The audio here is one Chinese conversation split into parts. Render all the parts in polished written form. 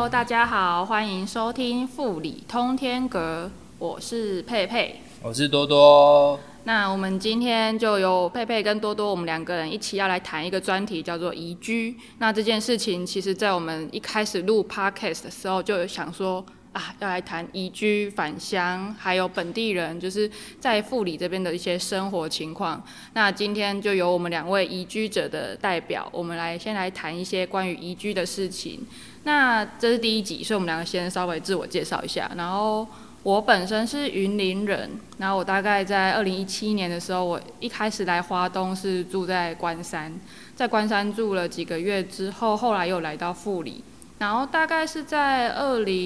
Hello， 大家好，欢迎收听富理通天阁，我是佩佩， 我是多多。 那我们今天就由佩佩跟多多，我们两个人一起要来谈一个专题，叫做移居。那这件事情，其实在我们一开始录 podcast 的时候，就有想说要来谈移居、返乡，还有本地人，就是在富里这边的一些生活情况。那今天就由我们两位移居者的代表，我们先来谈一些关于移居的事情。那这是第一集，所以我们两个先稍微自我介绍一下。然后我本身是云林人，然后我大概在2017年的时候，我一开始来花东是住在关山，在关山住了几个月之后，后来又来到富里，然后大概是在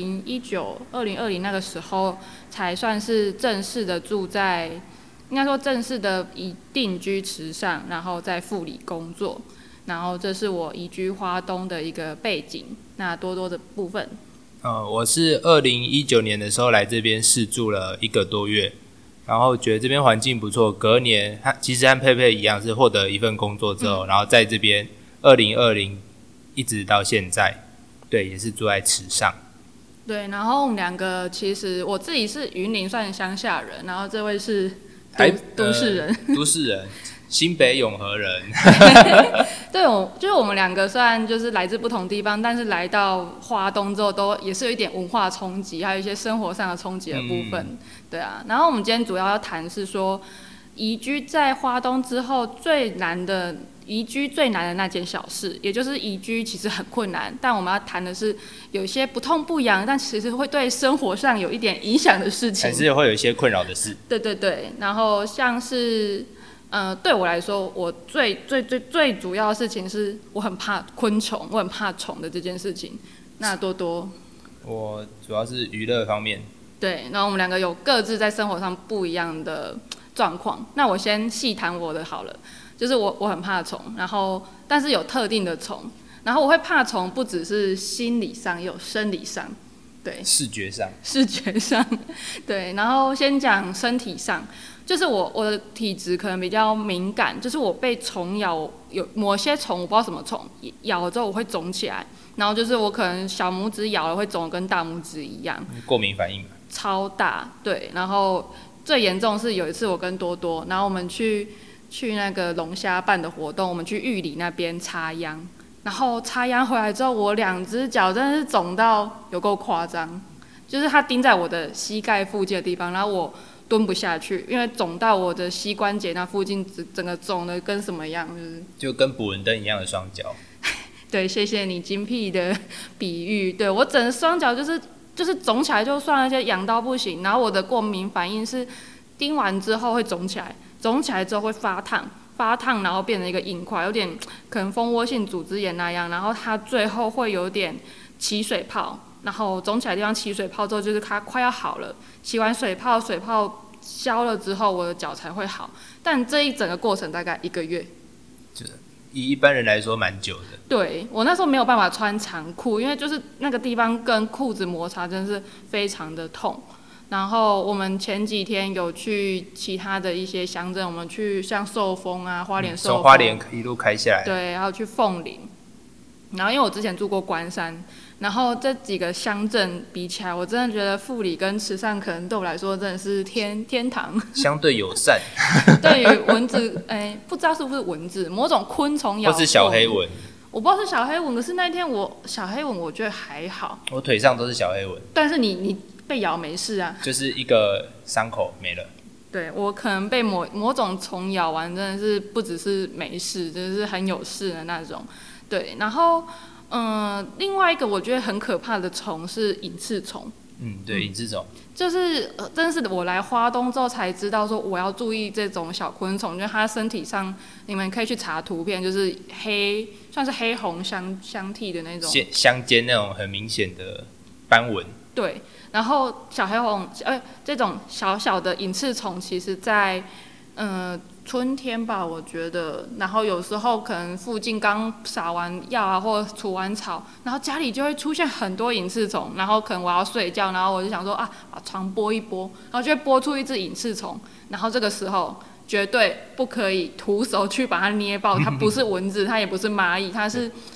2019、2020那个时候，才算是正式的住在，应该说正式的以定居池上，然后在富里工作。然后这是我移居花东的一个背景。那多多的部分。 我是2019年的时候来这边试住了1个多月，然后觉得这边环境不错。隔年，其实和佩佩一样是获得一份工作之后，然后在这边2020一直到现在，对，也是住在池上。 对，然后我们两个其实我自己是云林算乡下人，然后这位是都市人， 都市人。新北永和人对，就是我们两个虽然就是来自不同地方，但是来到花东之后都也是有一点文化冲击，还有一些生活上的冲击的部分。对啊，然后我们今天主要谈是说移居在花东之后移居最难的那件小事，也就是移居其实很困难，但我们要谈的是有一些不痛不痒，但其实会对生活上有一点影响的事情， 还是会有一些困扰的事。 对对对，然后像是对我来说，我最主要的事情是我很怕昆虫，我很怕虫的这件事情。那多多， 我主要是娱乐方面。 对，然后我们两个有各自在生活上不一样的状况。那我先细谈我的好了，就是我很怕虫，然后但是有特定的虫，然后我会怕虫，不只是心理上，也有生理上。对， 视觉上，对，然后先讲身体上，就是我的体质可能比较敏感，就是我被虫咬，有某些虫我不知道什么虫咬了之后我会肿起来，然后就是我可能小拇指咬了会肿得跟大拇指一样， 过敏反应嘛， 超大，对，然后最严重是有一次我跟多多，然后我们去那个龙虾办的活动，我们去玉里那边插秧。然后插秧回来之后，我2只脚真的是肿到有够夸张，就是它钉在我的膝盖附近的地方，然后我蹲不下去，因为肿到我的膝关节那附近，整个肿的跟什么样， 就跟捕蚊灯一样的双脚。 对，谢谢你精辟的比喻。对，我整个双脚就是肿起来就算了，而且痒到不行。然后我的过敏反应是钉完之后会肿起来，肿起来之后会发烫，然后变成一个硬块，有点可能蜂窝性组织炎那样，然后它最后会有点起水泡，然后肿起来的地方起水泡之后，就是它快要好了，起完水泡消了之后，我的脚才会好，但这一整个过程大概1个月， 以一般人来说蛮久的。 对，我那时候没有办法穿长裤，因为就是那个地方跟裤子摩擦真的是非常的痛。然后我们前几天有去其他的一些乡镇，我们去像寿丰啊、花莲寿丰， 从花莲一路开下来， 对，还有去凤林。然后因为我之前住过关山，然后这几个乡镇比起来，我真的觉得富里跟池上可能对我来说真的是天堂。 相对友善。 对于蚊子，不知道是不是蚊子，某种昆虫咬， 或是小黑蚊。 我不知道是小黑蚊，可是那天小黑蚊我觉得还好。 我腿上都是小黑蚊。 但是你被咬没事啊？ 就是一个伤口没了。 对，我可能被某种虫咬完，真的是不只是没事，真的是很有事的那种。对，然后另外一个我觉得很可怕的虫是隐翅虫。 对，隐翅虫就是真是我来花东之后才知道说我要注意这种小昆虫，就是它身体上你们可以去查图片，就是算是黑红相替的那种相间那种很明显的斑纹。 对，然后小黑红这种小小的隐翅虫，其实在春天吧，我觉得，然后有时候可能附近刚撒完药啊，或除完草，然后家里就会出现很多隐翅虫，然后可能我要睡觉，然后我就想说把床拨一拨，然后就会拨出一只隐翅虫，然后这个时候绝对不可以徒手去把它捏爆，它不是蚊子，它也不是蚂蚁，它是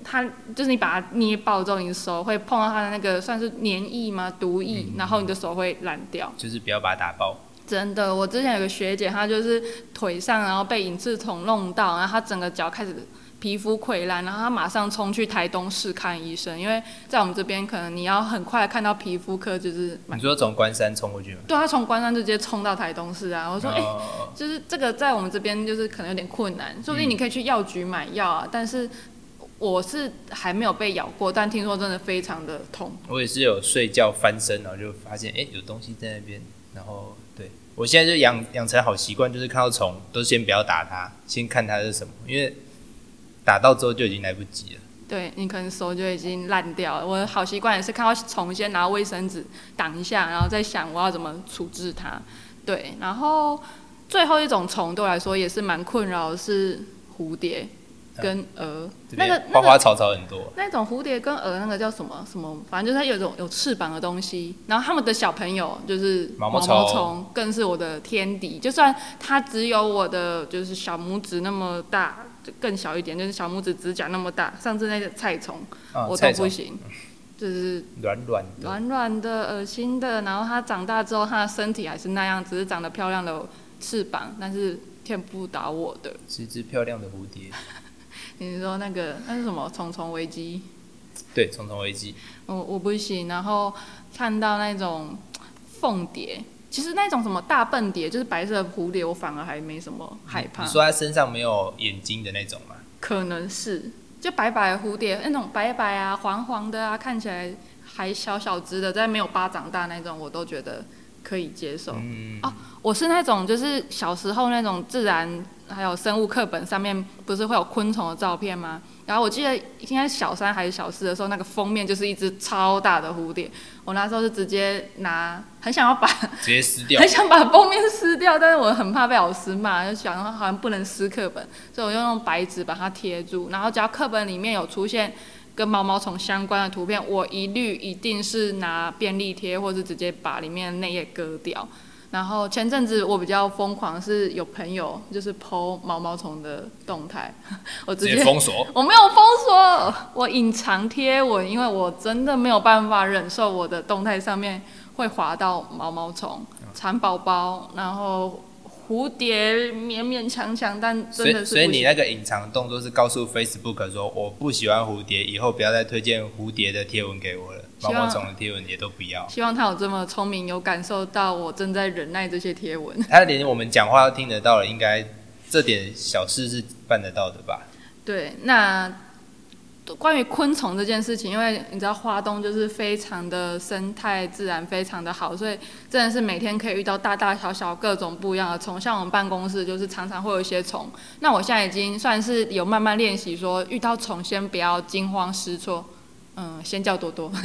它就是你把它捏爆之后，你的手会碰到它的那个算是黏液吗？毒液，然后你的手会烂掉。 就是不要把它打爆。 真的，我之前有个学姐，她就是腿上然后被隐翅虫弄到，然后她整个脚开始皮肤溃烂，然后她马上冲去台东市看医生，因为在我们这边可能你要很快看到皮肤科，就是你说从关山冲过去吗？ 对，她从关山就直接冲到台东市啊。我说就是这个在我们这边就是可能有点困难，说不定你可以去药局买药啊，但是我是还没有被咬过，但听说真的非常的痛。 我也是有睡觉翻身，然后就发现有东西在那边，然后对我现在就养成好习惯，就是看到虫都先不要打它，先看它是什么，因为打到之后就已经来不及了。 对，你可能手就已经烂掉了。我的好习惯也是看到虫先拿卫生纸挡一下，然后再想我要怎么处置它。对，然后最后一种虫对我来说也是蛮困扰的是蝴蝶跟蛾，那个花花草草很多。 那种蝴蝶跟蛾那个叫什么，反正就是它有一种有翅膀的东西。然后他们的小朋友就是毛毛虫，更是我的天敌。就算它只有我的就是小拇指那么大，更小一点，就是小拇指指甲那么大。上次那个菜虫我都不行，就是软软的、恶心的。然后它长大之后，它的身体还是那样，只是长得漂亮的翅膀，但是骗不倒我的。 是一只漂亮的蝴蝶。 你说那是什么？虫虫危机？ 对，虫虫危机。 我不行。然后看到那种凤蝶，其实那种什么大笨蝶，就是白色的蝴蝶，我反而还没什么害怕。 你说它身上没有眼睛的那种吗？ 可能是，就白白的蝴蝶，那种白白啊、黄黄的啊，看起来还小小只的，但没有巴掌大那种，我都觉得可以接受。我是那种就是小时候那种自然还有生物课本上面不是会有昆虫的照片吗？然后我记得应该小3还是小4的时候，那个封面就是一只超大的蝴蝶。我那时候是直接很想要把直接撕掉， 很想把封面撕掉，但是我很怕被老师骂，就想说好像不能撕课本，所以我就用白纸把它贴住。然后只要课本里面有出现跟毛毛虫相关的图片，我一定是拿便利贴，或是直接把里面的内页割掉。然后前阵子我比较疯狂，是有朋友就是 po 毛毛虫的动态，我直接封锁。 我没有封锁，我隐藏贴文，因为我真的没有办法忍受我的动态上面会滑到毛毛虫、蚕宝宝，然后蝴蝶勉勉强强，但真的是不行。 所以你那个隐藏动作是告诉 Facebook 说我不喜欢蝴蝶，以后不要再推荐蝴蝶的贴文给我了，毛毛虫的贴文也都不要。 希望他有这么聪明，有感受到我正在忍耐这些贴文。 他连我们讲话都听得到了，应该这点小事是办得到的吧？ 对，那关于昆虫这件事情，因为你知道花东就是非常的生态自然非常的好，所以真的是每天可以遇到大大小小各种不一样的虫。像我们办公室就是常常会有一些虫，那我现在已经算是有慢慢练习说，遇到虫先不要惊慌失措，先叫多多，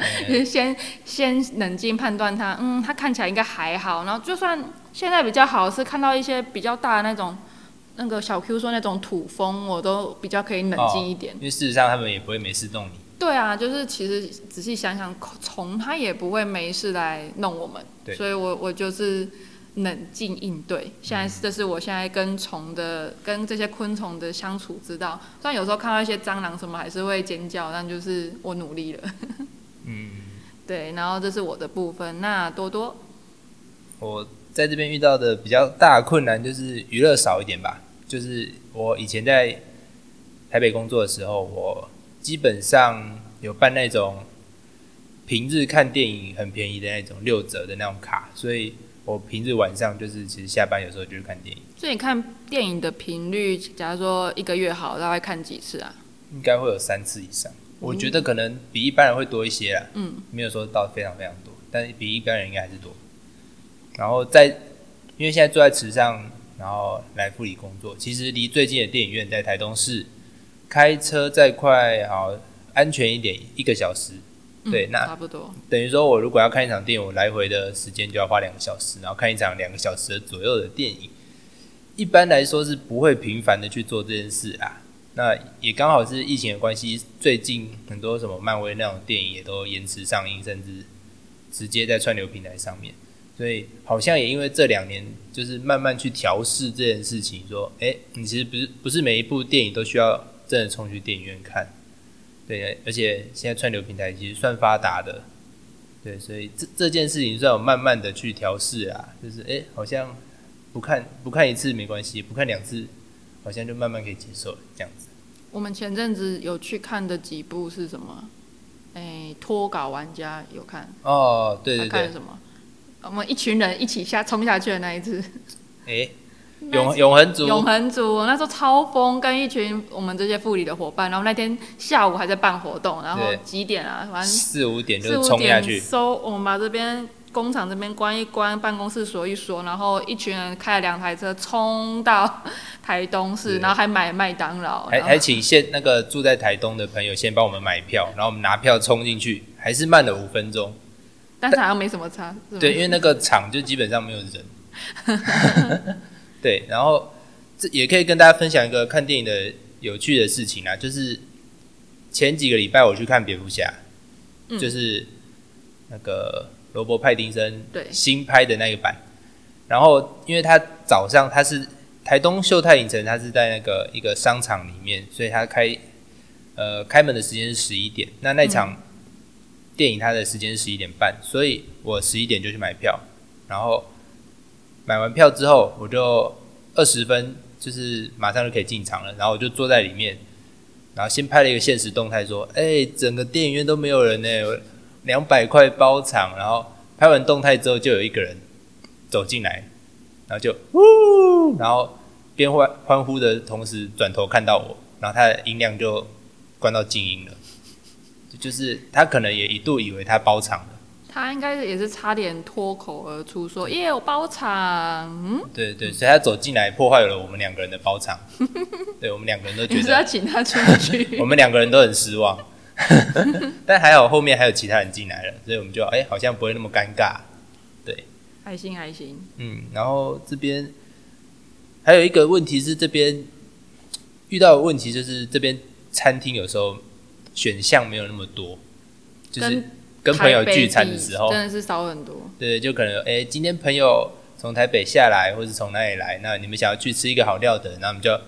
先冷静判断它，它看起来应该还好，然后就算现在比较好是看到一些比较大的那个小 Q 说那种土蜂，我都比较可以冷静一点， 因为事实上他们也不会没事弄你。 对啊，就是其实仔细想想，虫它也不会没事来弄我们，所以我就是冷静应对。这是我现在跟这些昆虫的相处之道。虽然有时候看到一些蟑螂什么还是会尖叫，但就是我努力了。对，然后这是我的部分。那多多， 我在这边遇到的比较大的困难就是娱乐少一点吧。就是我以前在台北工作的时候，我基本上有办那种平日看电影很便宜的那种6折的那种卡，所以我平日晚上就是其实下班有时候就去看电影。 所以你看电影的频率，假如说1个月好，大概看几次啊？ 应该会有3次以上。我觉得可能比一般人会多一些啦，没有说到非常非常多，但比一般人应该还是多。然后因为现在住在池上，然后来富里工作，其实离最近的电影院在台东市，开车再快好安全一点1个小时。对，那差不多等于说我如果要看一场电影，我来回的时间就要花2个小时，然后看一场2个小时的左右的电影，一般来说是不会频繁的去做这件事啦。那也刚好是疫情的关系，最近很多什么漫威那种电影也都延迟上映，甚至直接在串流平台上面。所以好像也因为这2年，就是慢慢去调试这件事情，说，你其实不是每一部电影都需要真的冲去电影院看。 对，而且现在串流平台其实算发达的，对，所以这件事情算有慢慢的去调试啊，就是好像不看一次没关系，不看2次，好像就慢慢可以接受了这样子。 我们前阵子有去看的几部是什么？脱稿玩家有看哦，对对对， 他看了什么？我们一群人一起冲下去的那一次。 永恒族， 永恒族那时候超疯，跟一群我们这些副理的伙伴，然后那天下午还在办活动，然后几点啊？反正 4、5点就冲下去， 我们把这边工厂这边关一关，办公室锁一锁，然后一群人开了2台车冲到台东市，然后还买麦当劳， 还请那个住在台东的朋友先帮我们买票，然后我们拿票冲进去，还是慢了5分钟， 但是好像没什么差。 对，因为那个场就基本上没有人。对，然后这也可以跟大家分享一个看电影的有趣的事情啦，就是前几个礼拜我去看蝙蝠侠，就是那个罗伯·派丁森新拍的那个版，然后因为他早上他是台东秀泰影城，他是在那个一个商场里面，所以他开门的时间是11点，那场电影它的时间是11点半，所以我11点就去买票，然后买完票之后，我就20分，就是马上就可以进场了。然后我就坐在里面，然后先拍了一个限时动态，说：“整个电影院都没有人，200块包场。”然后拍完动态之后，就有一个人走进来，然后就呜，然后边欢呼的同时转头看到我，然后他的音量就关到静音了，就是他可能也一度以为他包场了。 他应该也是差点脱口而出说：“耶，我包场。” 对对，所以他走进来破坏了我们2个人的包场。对，我们2个人都觉得你是要请他出去。 我们2个人都很失望，但还好后面还有其他人进来了，所以我们就好像不会那么尴尬。对， 还行。 然后这边还有一个问题是，这边遇到的问题就是这边餐厅有时候选项没有那么多，就是跟朋友聚餐的时候真的是少很多。 对，就可能今天朋友从台北下来，或是从哪里来，那你们想要去吃一个好料的，那我们就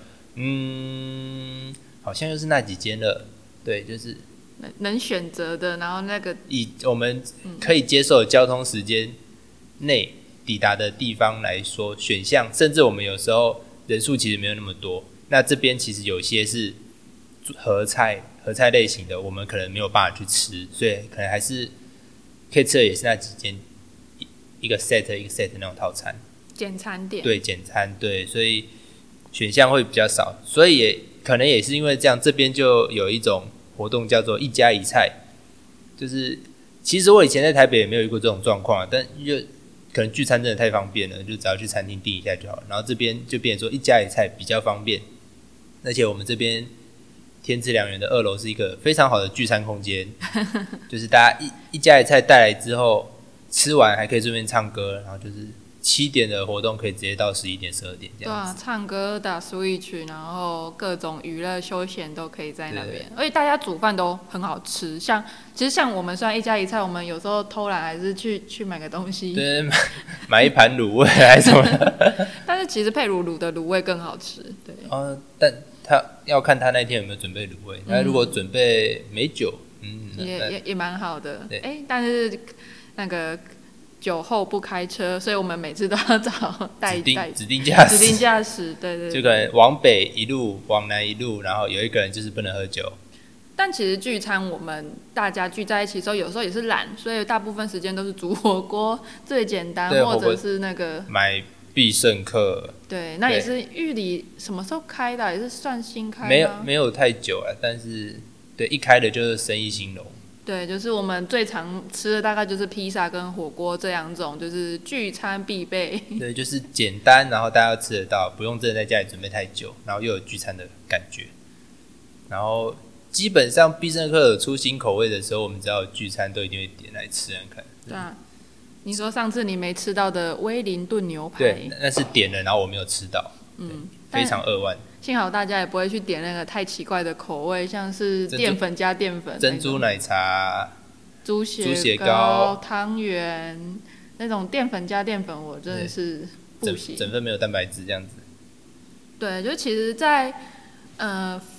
好像又是那几间了。对，就是能选择的，然后那个以我们可以接受的交通时间内抵达的地方来说，选项甚至我们有时候人数其实没有那么多，那这边其实有些是合菜类型的，我们可能没有办法去吃，所以可能还是可以吃的也是那几间一个 set 的那种套餐， 简餐店。 对，简餐，对，所以选项会比较少，所以可能也是因为这样，这边就有一种活动叫做1家1菜，就是其实我以前在台北也没有遇过这种状况，但就可能聚餐真的太方便了，就只要去餐厅订一下就好了，然后这边就变成说1家1菜比较方便，而且我们这边天之良缘的2楼是一个非常好的聚餐空间，就是大家一家1菜带来之后，吃完还可以顺便唱歌，然后就是7点的活动可以直接到11点、12点这样子。 对啊，唱歌、打 Switch， 然后各种娱乐休闲都可以在那边，而且大家煮饭都很好吃。其实像我们虽然1家1菜，我们有时候偷懒还是去买个东西， 对，买一盘卤味还是什么的。 但是其实配卤的卤味更好吃，对。 但他要看他那天有没有准备卤味，他如果准备美酒， 也蛮好的。但是那个酒后不开车，所以我们每次都要找指定驾驶，对， 就可能往北一路，往南一路，然后有一个人就是不能喝酒。 但其实聚餐我们大家聚在一起的时候，有时候也是懒，所以大部分时间都是煮火锅最简单，或者是那个买必胜客。 对，那也是玉里什么时候开的？也是算新开吗？ 没有太久了，但是对一开的就是生意兴隆。 对，就是我们最常吃的大概就是披萨跟火锅这2种，就是聚餐必备。 对，就是简单，然后大家吃得到，不用真的在家里准备太久，然后又有聚餐的感觉。然后基本上必胜客有出新口味的时候，我们只要有聚餐都一定会点来吃看。 对啊，你说上次你没吃到的威灵顿牛排， 对，那是点了，然后我没有吃到，非常扼腕。 幸好大家也不会去点那个太奇怪的口味，像是淀粉加淀粉、 珍珠奶茶、 猪血糕、汤圆那种淀粉加淀粉，我真的是不行。整份没有蛋白质这样子。 对，就其实在，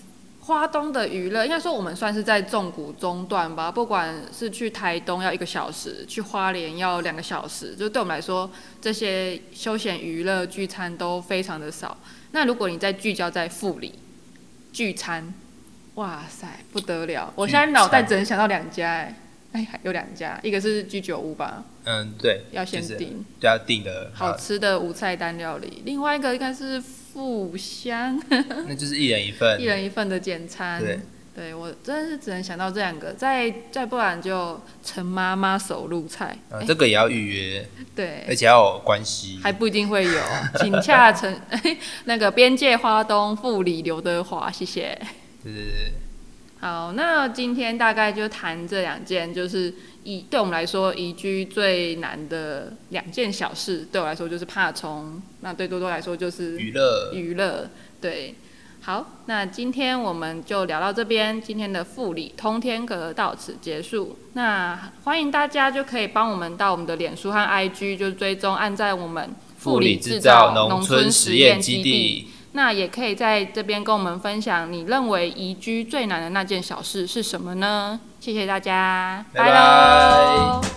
花东的娱乐，应该说我们算是在纵谷中段吧。不管是去台东要1个小时，去花莲要2个小时，就对我们来说，这些休闲娱乐聚餐都非常的少。那如果你再聚焦在富里聚餐，哇塞，不得了！我现在脑袋只能想到2家，有2家，一个是居酒屋吧， 对， 要先订， 对，要订的， 好吃的无菜单料理。另外一个应该是富香， 那就是1人1份 ，1人1份的简餐。对，我真的是只能想到这2个，再不然就陈妈妈手路菜， 这个也要预约， 对， 而且要有关系， 还不一定会有，请洽那个边界花东富里刘德华，谢谢。 对。 好，那今天大概就谈这2件，就是对我们来说移居最难的2件小事。对我来说就是怕虫，那对多多来说就是娱乐。对，好，那今天我们就聊到这边，今天的富里通天阁到此结束。那欢迎大家就可以帮我们到我们的脸书和 IG 就追踪按在我们富里制造农村实验基地。 那也可以在这边跟我们分享你认为移居最难的那件小事是什么呢？谢谢大家，拜拜。